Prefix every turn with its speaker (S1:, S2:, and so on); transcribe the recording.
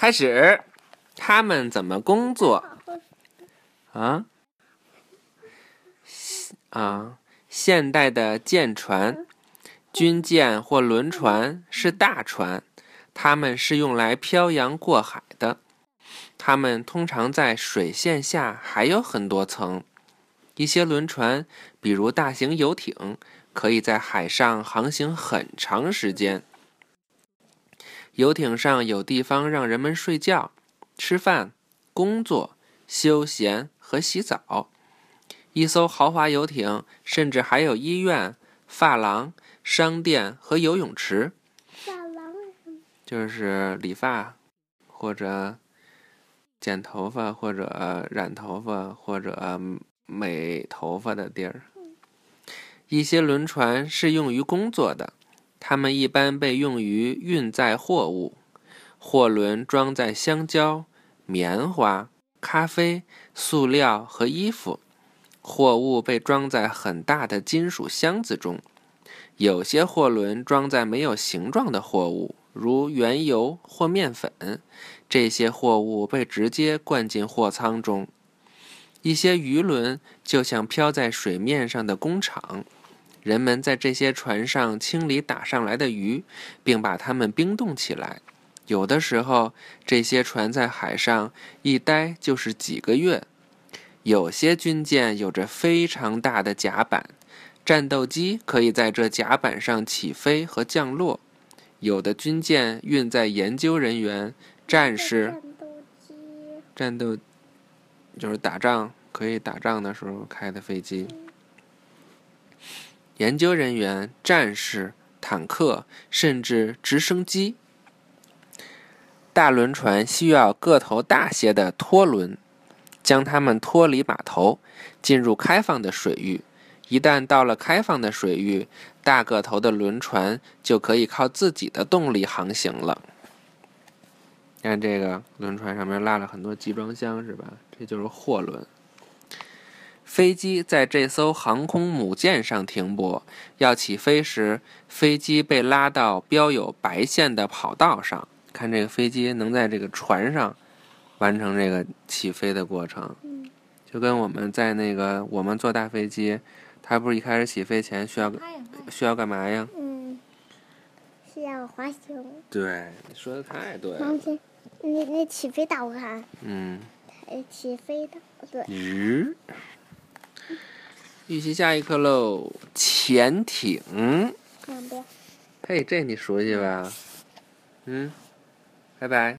S1: 开始。他们怎么工作？现代的舰船、军舰或轮船是大船，它们是用来漂洋过海的。它们通常在水线下还有很多层。一些轮船，比如大型游艇，可以在海上航行很长时间。游艇上有地方让人们睡觉、吃饭、工作、休闲和洗澡。一艘豪华游艇甚至还有医院、发廊、商店和游泳池。
S2: 发廊
S1: 就是理发或者剪头发或者染头发或者美头发的地儿。一些轮船是用于工作的，它们一般被用于运载货物。货轮装载香蕉、棉花、咖啡、塑料和衣服。货物被装在很大的金属箱子中。有些货轮装载没有形状的货物，如原油或面粉。这些货物被直接灌进货舱中。一些渔轮就像漂在水面上的工厂。人们在这些船上清理打上来的鱼，并把它们冰冻起来。有的时候，这些船在海上一待就是几个月。有些军舰有着非常大的甲板，战斗机可以在这甲板上起飞和降落。有的军舰运载研究人员、战士。战斗就是打仗，可以打仗的时候开的飞机。研究人员、战士、坦克，甚至直升机。大轮船需要个头大些的拖轮，将它们脱离码头，进入开放的水域。一旦到了开放的水域，大个头的轮船就可以靠自己的动力航行了。看这个轮船上面拉了很多集装箱，是吧？这就是货轮。飞机在这艘航空母舰上停泊，要起飞时，飞机被拉到标有白线的跑道上。看这个飞机能在这个船上完成这个起飞的过程，就跟我们在我们坐大飞机，它不是一开始起飞前需要干嘛呀？
S2: 是要滑行。对，
S1: 你说的太对了。
S2: 那起飞大我看。起飞的，对。
S1: 预习下一课喽，潜艇。嘿，这你熟悉吧？拜拜。